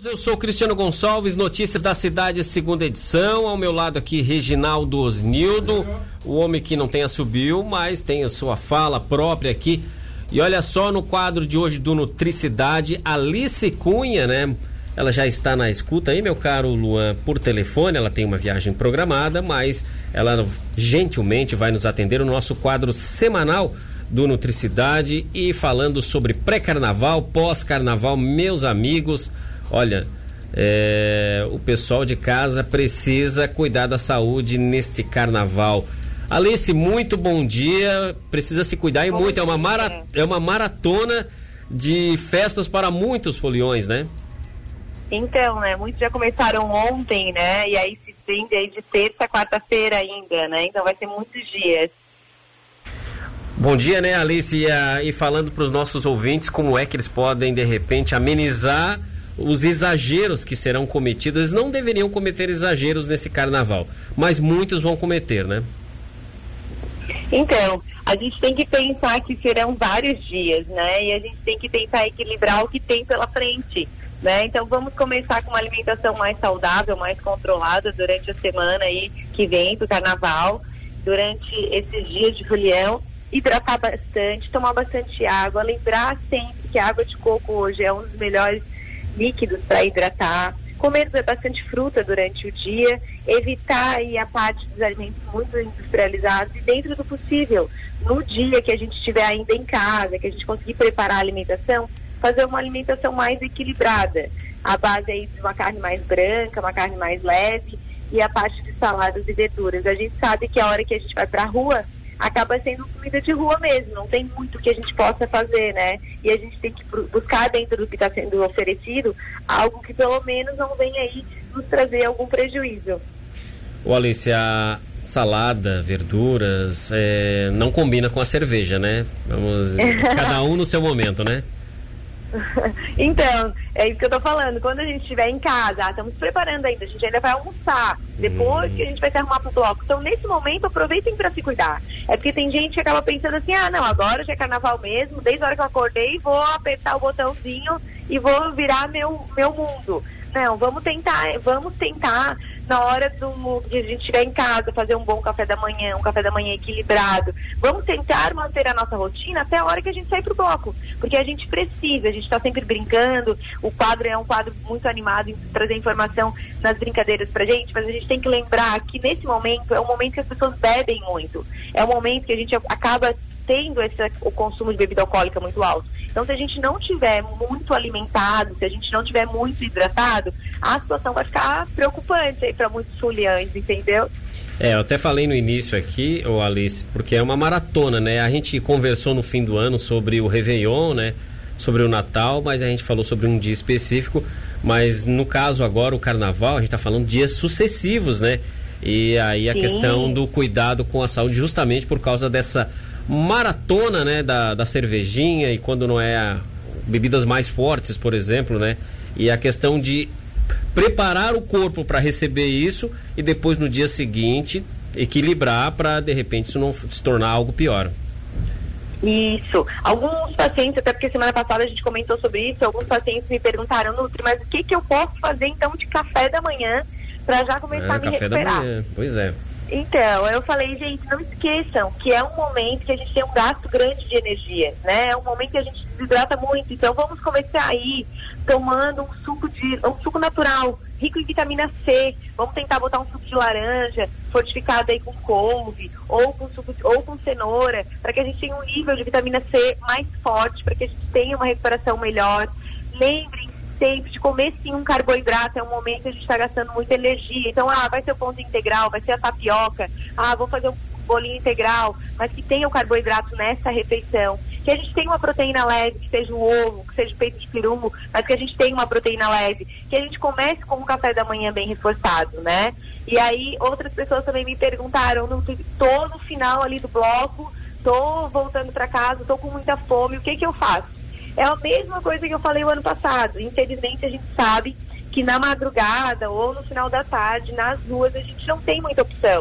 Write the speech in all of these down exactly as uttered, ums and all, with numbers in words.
Eu sou Cristiano Gonçalves, Notícias da Cidade, segunda edição. Ao meu lado aqui, Reginaldo Osnildo, o homem que não tem assobio, mas tem a sua fala própria aqui. E olha só, no quadro de hoje do Nutricidade, Alice Cunha, né? Ela já está na escuta aí, meu caro Luan, por telefone. Ela tem uma viagem programada, mas ela gentilmente vai nos atender no nosso quadro semanal do Nutricidade e falando sobre pré-carnaval, pós-carnaval. Meus amigos, olha, é, o pessoal de casa precisa cuidar da saúde neste carnaval. Alice, muito bom dia. Precisa se cuidar e bom muito. É uma, mara, é uma maratona de festas para muitos foliões, né? Então, né? Muitos já começaram ontem, né? E aí se estende aí de terça a quarta-feira ainda, né? Então vai ser muitos dias. Bom dia, né, Alice? E, a, e falando para os nossos ouvintes como é que eles podem, de repente, amenizar os exageros que serão cometidos. Eles não deveriam cometer exageros nesse carnaval, mas muitos vão cometer, né? Então, a gente tem que pensar que serão vários dias, né? E a gente tem que tentar equilibrar o que tem pela frente, né? Então vamos começar com uma alimentação mais saudável, mais controlada durante a semana aí que vem pro carnaval, durante esses dias de folião. Hidratar bastante, tomar bastante água, lembrar sempre que a água de coco hoje é um dos melhores líquidos para hidratar, comer bastante fruta durante o dia, evitar aí a parte dos alimentos muito industrializados e, dentro do possível, no dia que a gente estiver ainda em casa, que a gente conseguir preparar a alimentação, fazer uma alimentação mais equilibrada, a base aí de uma carne mais branca, uma carne mais leve e a parte de saladas e verduras. A gente sabe que a hora que a gente vai para a rua acaba sendo comida de rua mesmo, não tem muito que a gente possa fazer, né? E a gente tem que buscar dentro do que está sendo oferecido algo que pelo menos não venha aí nos trazer algum prejuízo. Ô Alice, a salada, verduras, é, não combina com a cerveja, né? Vamos, cada um no seu momento, né? Então, é isso que eu tô falando. Quando a gente estiver em casa, ah, estamos preparando ainda, a gente ainda vai almoçar, depois hum. que a gente vai se arrumar pro bloco. Então, nesse momento, aproveitem para se cuidar. É porque tem gente que acaba pensando assim, ah, não, agora já é carnaval mesmo, desde a hora que eu acordei, vou apertar o botãozinho e vou virar meu, meu mundo. Não, vamos tentar, vamos tentar na hora do que a gente estiver em casa, fazer um bom café da manhã, um café da manhã equilibrado. Vamos tentar manter a nossa rotina até a hora que a gente sai pro bloco, porque a gente precisa, a gente está sempre brincando, o quadro é um quadro muito animado em trazer informação nas brincadeiras pra gente, mas a gente tem que lembrar que nesse momento é um momento que as pessoas bebem muito, é um momento que a gente acaba tendo esse, o consumo de bebida alcoólica muito alto. Então, se a gente não tiver muito alimentado, se a gente não tiver muito hidratado, a situação vai ficar preocupante aí para muitos foliões, entendeu? É, eu até falei no início aqui, ô Alice, porque é uma maratona, né? A gente conversou no fim do ano sobre o Réveillon, né? Sobre o Natal, mas a gente falou sobre um dia específico, mas no caso agora, o Carnaval, a gente tá falando de dias sucessivos, né? E aí a Sim. questão do cuidado com a saúde, justamente por causa dessa maratona, né, da, da cervejinha, e quando não é a, bebidas mais fortes, por exemplo, né, e a questão de preparar o corpo para receber isso e depois no dia seguinte equilibrar para de repente isso não se tornar algo pior. Isso. Alguns pacientes, até porque semana passada a gente comentou sobre isso, alguns pacientes me perguntaram, Nutri, mas o que que eu posso fazer então de café da manhã para já começar é, a me café recuperar? Da manhã. Pois é. Então, eu falei, gente, não esqueçam que é um momento que a gente tem um gasto grande de energia, né? É um momento que a gente desidrata muito, então vamos começar aí tomando um suco de um suco natural, rico em vitamina C. Vamos tentar botar um suco de laranja, fortificado aí com couve, ou com suco de, ou com cenoura, para que a gente tenha um nível de vitamina C mais forte, para que a gente tenha uma recuperação melhor. Lembrem sempre de comer sim um carboidrato, é um momento que a gente está gastando muita energia, então ah, vai ser o pão integral, vai ser a tapioca, ah, vou fazer um bolinho integral, mas que tenha o carboidrato nessa refeição, que a gente tenha uma proteína leve, que seja o ovo, que seja o peito de peru, mas que a gente tenha uma proteína leve, que a gente comece com um café da manhã bem reforçado, né? E aí outras pessoas também me perguntaram, no, tô no final ali do bloco, tô voltando para casa, tô com muita fome, o que que eu faço? É a mesma coisa que eu falei o ano passado. Infelizmente, a gente sabe que na madrugada ou no final da tarde, nas ruas, a gente não tem muita opção.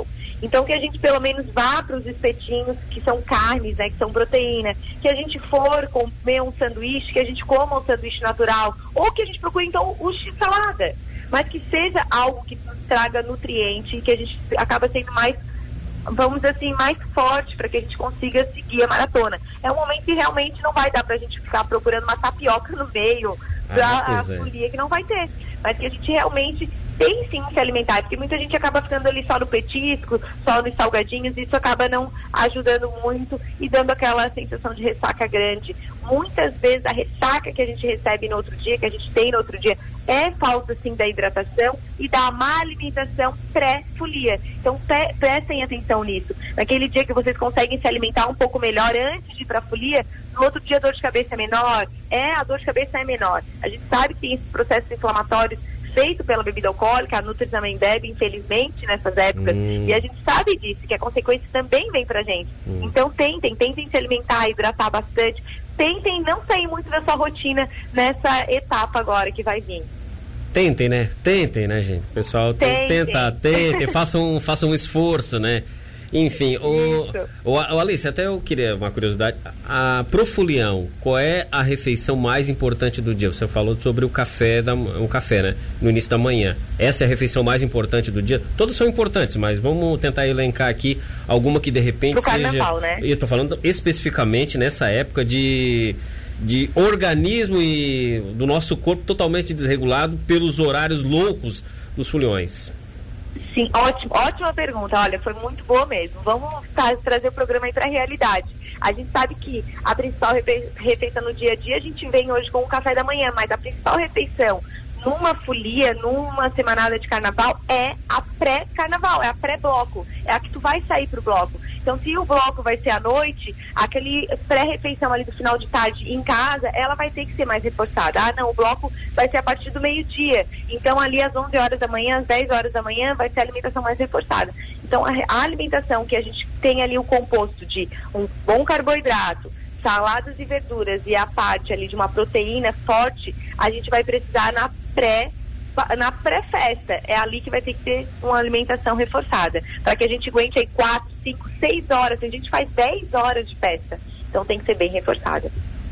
Então que a gente pelo menos vá para os espetinhos, que são carnes, né, que são proteína, que a gente for comer um sanduíche, que a gente coma um sanduíche natural, ou que a gente procure então o x-salada, mas que seja algo que nos traga nutriente e que a gente acaba sendo mais, vamos dizer assim, mais forte para que a gente consiga seguir a maratona. É um momento que realmente não vai dar pra gente ficar procurando uma tapioca no meio pra ah, a folia, que não vai ter, mas que a gente realmente tem sim que se alimentar, porque muita gente acaba ficando ali só no petisco, só nos salgadinhos, e isso acaba não ajudando muito e dando aquela sensação de ressaca grande. Muitas vezes a ressaca que a gente recebe no outro dia, que a gente tem no outro dia, é falta sim da hidratação e da má alimentação pré-folia. Então pre- prestem atenção nisso. Naquele dia que vocês conseguem se alimentar um pouco melhor antes de ir para a folia, no outro dia a dor de cabeça é menor, é, a dor de cabeça é menor. A gente sabe que tem esses processos inflamatórios feito pela bebida alcoólica, a Nutri também bebe, infelizmente, nessas épocas, hum. e a gente sabe disso, que a consequência também vem pra gente. Hum. Então tentem, tentem se alimentar, hidratar bastante, tentem não sair muito da sua rotina nessa etapa agora que vai vir. Tentem, né? Tentem, né, gente? O pessoal tem que tentar, tentem, façam, façam um esforço, né? Enfim, o, o, o Alice, até eu queria uma curiosidade. A, pro folião, qual é a refeição mais importante do dia? Você falou sobre o café, da, o café, né? No início da manhã. Essa é a refeição mais importante do dia? Todas são importantes, mas vamos tentar elencar aqui alguma que de repente pro seja... carnaval, né? Eu tô falando especificamente nessa época de... de organismo e do nosso corpo totalmente desregulado pelos horários loucos dos foliões. Sim, ótimo, ótima pergunta. Olha, foi muito boa mesmo. Vamos tra- trazer o programa aí para a realidade. A gente sabe que a principal refe- refeição no dia a dia, a gente vem hoje com o café da manhã, mas a principal refeição numa folia, numa semanada de carnaval, é a pré-carnaval, é a pré-bloco, é a que tu vai sair pro bloco. Então, se o bloco vai ser à noite, aquele pré-refeição ali do final de tarde em casa, ela vai ter que ser mais reforçada. Ah, não, o bloco vai ser a partir do meio-dia. Então, ali às onze horas da manhã, às dez horas da manhã, vai ser a alimentação mais reforçada. Então, a, a alimentação que a gente tem ali o composto de um bom carboidrato, saladas e verduras e a parte ali de uma proteína forte, a gente vai precisar na pré na pré-festa. É ali que vai ter que ter uma alimentação reforçada, para que a gente aguente aí quatro, cinco, seis horas. A gente faz dez horas de festa, então tem que ser bem reforçada.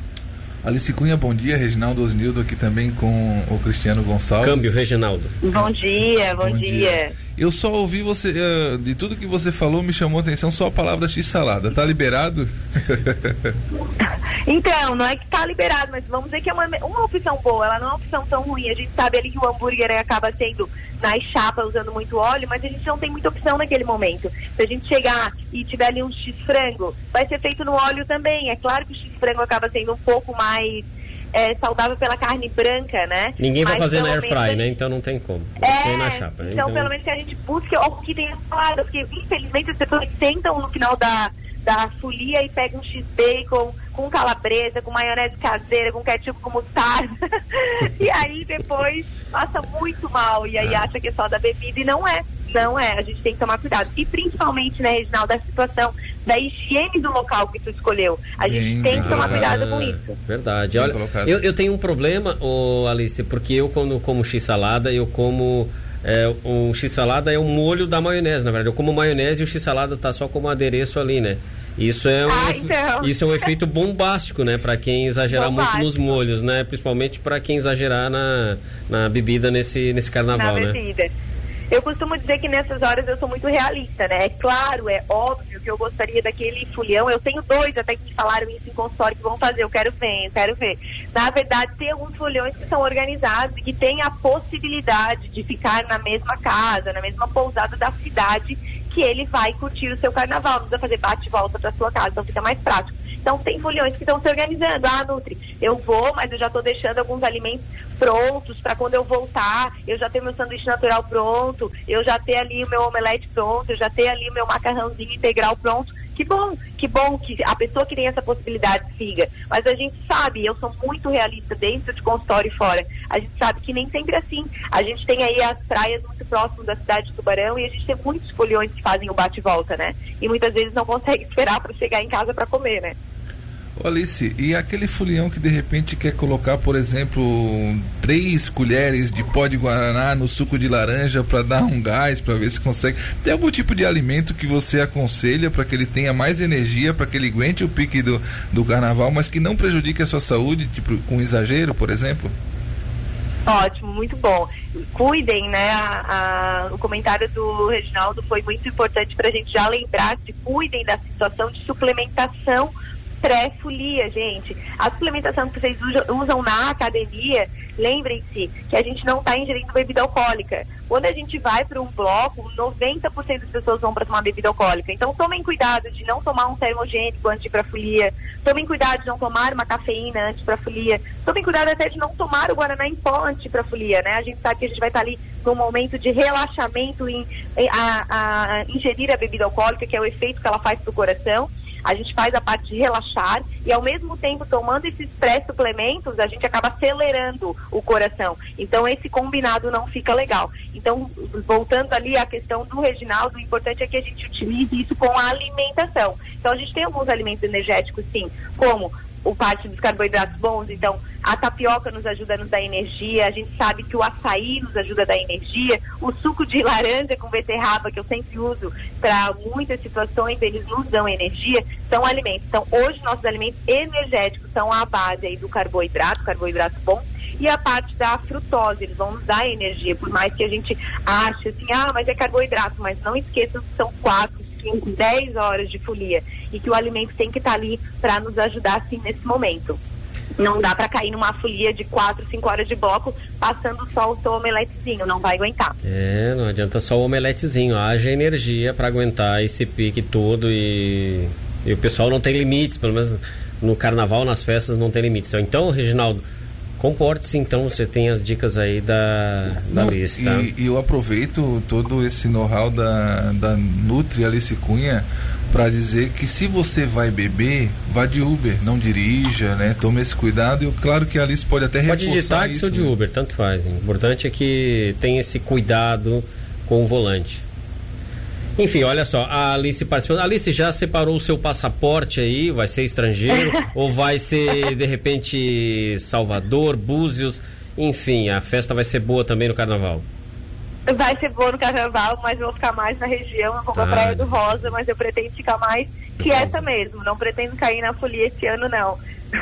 Alice Cunha, bom dia. Reginaldo Osnildo aqui também com o Cristiano Gonçalves. Câmbio, Reginaldo. Bom dia, bom, bom dia. dia. Eu só ouvi você, uh, de tudo que você falou, me chamou a atenção só a palavra x-salada. Tá liberado? Então, não é que tá liberado, mas vamos dizer que é uma, uma opção boa, ela não é uma opção tão ruim. A gente sabe ali que o hambúrguer acaba sendo na chapa, usando muito óleo, mas a gente não tem muita opção naquele momento. Se a gente chegar e tiver ali um x-frango, vai ser feito no óleo também. É claro que o x-frango acaba sendo um pouco mais é, saudável pela carne branca, né? Ninguém vai mas fazer na air menos, fry, né? Então não tem como. É, tem na chapa, então, então pelo menos que a gente busque algo que tenha salada, porque infelizmente as pessoas sentam no final da, da folia e pegam um x-bacon com calabresa, com maionese caseira, com ketchup, com mostarda e aí depois passa muito mal e aí ah. acha que é só da bebida e não é, não é, a gente tem que tomar cuidado e principalmente, né, Reginaldo, da situação da higiene do local que tu escolheu, a gente Bem, tem que tomar cuidado com isso. Verdade, olha, eu, eu tenho um problema, oh, Alice, porque eu quando como x-salada, eu como é, o x-salada é o molho da maionese, na verdade, eu como maionese e o x-salada tá só como adereço ali, né? Isso é um, ah, então. isso é um efeito bombástico, né? Para quem exagerar bombástico. muito nos molhos, né? Principalmente para quem exagerar na, na bebida nesse, nesse carnaval, na né? Bebida. Eu costumo dizer que nessas horas eu sou muito realista, né? É claro, é óbvio que eu gostaria daquele folião. Eu tenho dois até que me falaram isso em consultório que vão fazer. Eu quero ver, eu quero ver. Na verdade, tem alguns foliões que são organizados e que têm a possibilidade de ficar na mesma casa, na mesma pousada da cidade que ele vai curtir o seu carnaval, não precisa fazer bate e volta para sua casa, então fica mais prático. Então tem foliões que estão se organizando. Ah, Nutri, eu vou, mas eu já estou deixando alguns alimentos prontos para quando eu voltar, eu já tenho meu sanduíche natural pronto, eu já tenho ali o meu omelete pronto, eu já tenho ali o meu macarrãozinho integral pronto. Que bom, que bom que a pessoa que tem essa possibilidade siga. Mas a gente sabe, eu sou muito realista dentro de consultório e fora, a gente sabe que nem sempre é assim. A gente tem aí as praias muito próximas da cidade de Tubarão e a gente tem muitos foliões que fazem o bate e volta, né? E muitas vezes não consegue esperar para chegar em casa para comer, né? Ô Alice, e aquele fulião que de repente quer colocar, por exemplo, três colheres de pó de guaraná no suco de laranja para dar um gás, para ver se consegue. Tem algum tipo de alimento que você aconselha para que ele tenha mais energia, para que ele aguente o pique do, do carnaval, mas que não prejudique a sua saúde, tipo com exagero, por exemplo? Ótimo, muito bom. Cuidem, né? A, a, o comentário do Reginaldo foi muito importante para a gente já lembrar que cuidem da situação de suplementação pré-folia, gente. A suplementação que vocês usam na academia, lembrem-se que a gente não está ingerindo bebida alcoólica. Quando a gente vai para um bloco, noventa por cento das pessoas vão para tomar bebida alcoólica. Então tomem cuidado de não tomar um termogênico antes de ir para a folia. Tomem cuidado de não tomar uma cafeína antes para a folia. Tomem cuidado até de não tomar o guaraná em pó antes de ir para a folia, né? A gente sabe que a gente vai estar ali num momento de relaxamento em, em a, a ingerir a bebida alcoólica, que é o efeito que ela faz para o coração. A gente faz a parte de relaxar e ao mesmo tempo tomando esses pré-suplementos a gente acaba acelerando o coração, então esse combinado não fica legal. Então, voltando ali à questão do Reginaldo, o importante é que a gente utilize isso com a alimentação. Então a gente tem alguns alimentos energéticos sim, como o parte dos carboidratos bons, então a tapioca nos ajuda a nos dar energia, a gente sabe que o açaí nos ajuda a dar energia, o suco de laranja com beterraba, que eu sempre uso para muitas situações, eles nos dão energia, são alimentos. Então hoje nossos alimentos energéticos são a base aí do carboidrato, carboidrato bom, e a parte da frutose, eles vão nos dar energia, por mais que a gente ache assim, ah, mas é carboidrato, mas não esqueçam que são quatro, cinco, dez horas de folia e que o alimento tem que estar ali para nos ajudar assim nesse momento. Não dá para cair numa folia de quatro, cinco horas de bloco passando só o seu omeletezinho, não vai aguentar. É, não adianta só o omeletezinho, haja energia para aguentar esse pique todo e, e o pessoal não tem limites, pelo menos no carnaval, nas festas não tem limites. Então, Reginaldo, comporte-se, então você tem as dicas aí da, da Alice, tá? E, e eu aproveito todo esse know-how da, da Nutri Alice Cunha para dizer que se você vai beber, vá de Uber, não dirija, né? Tome esse cuidado e claro que a Alice pode até reforçar isso. Pode de táxi ou de Uber, tanto faz. O importante é que tenha esse cuidado com o volante. Enfim, olha só, a Alice participando. A Alice já separou o seu passaporte aí? Vai ser estrangeiro? Ou vai ser, de repente, Salvador, Búzios? Enfim, a festa vai ser boa também no carnaval. Vai ser boa no carnaval, mas eu vou ficar mais na região. Eu vou pra ah, Praia do Rosa, mas eu pretendo ficar mais quieta mesmo. Não pretendo cair na folia esse ano, não.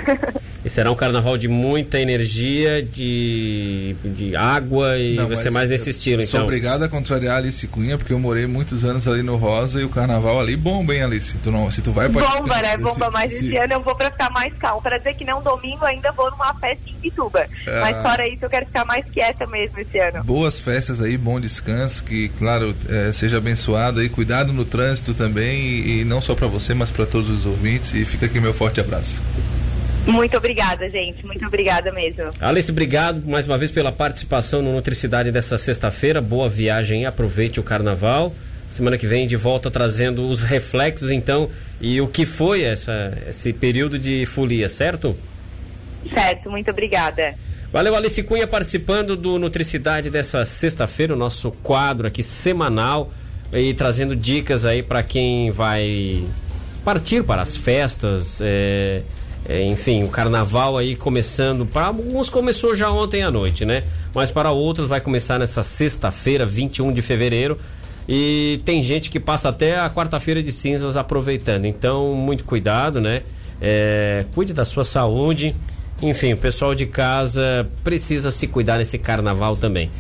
E será um carnaval de muita energia, de, de água e não, vai ser mais nesse estilo, então. Sou obrigado a contrariar a Alice Cunha, porque eu morei muitos anos ali no Rosa e o carnaval ali bomba, hein, Alice? Tu não, se tu vai... Bomba, né? Bomba, mas esse ano eu vou pra ficar mais calmo. Para dizer que não, domingo ainda vou numa festa em Pituba. Ah, mas fora isso eu quero ficar mais quieta mesmo esse ano. Boas festas aí, bom descanso, que claro, é, seja abençoado aí, cuidado no trânsito também e, e não só pra você, mas pra todos os ouvintes e fica aqui meu forte abraço. Muito obrigada, gente. Muito obrigada mesmo. Alice, obrigado mais uma vez pela participação no Nutricidade dessa sexta-feira. Boa viagem, aproveite o carnaval. Semana que vem de volta trazendo os reflexos, então, e o que foi essa, esse período de folia, certo? Certo, muito obrigada. Valeu, Alice Cunha participando do Nutricidade dessa sexta-feira, o nosso quadro aqui semanal, e trazendo dicas aí para quem vai partir para as festas, é... É, enfim, o carnaval aí começando, para alguns começou já ontem à noite, né? Mas para outros vai começar nessa sexta-feira, vinte e um de fevereiro, e tem gente que passa até a quarta-feira de cinzas aproveitando, então muito cuidado, né? É, cuide da sua saúde, enfim, o pessoal de casa precisa se cuidar nesse carnaval também.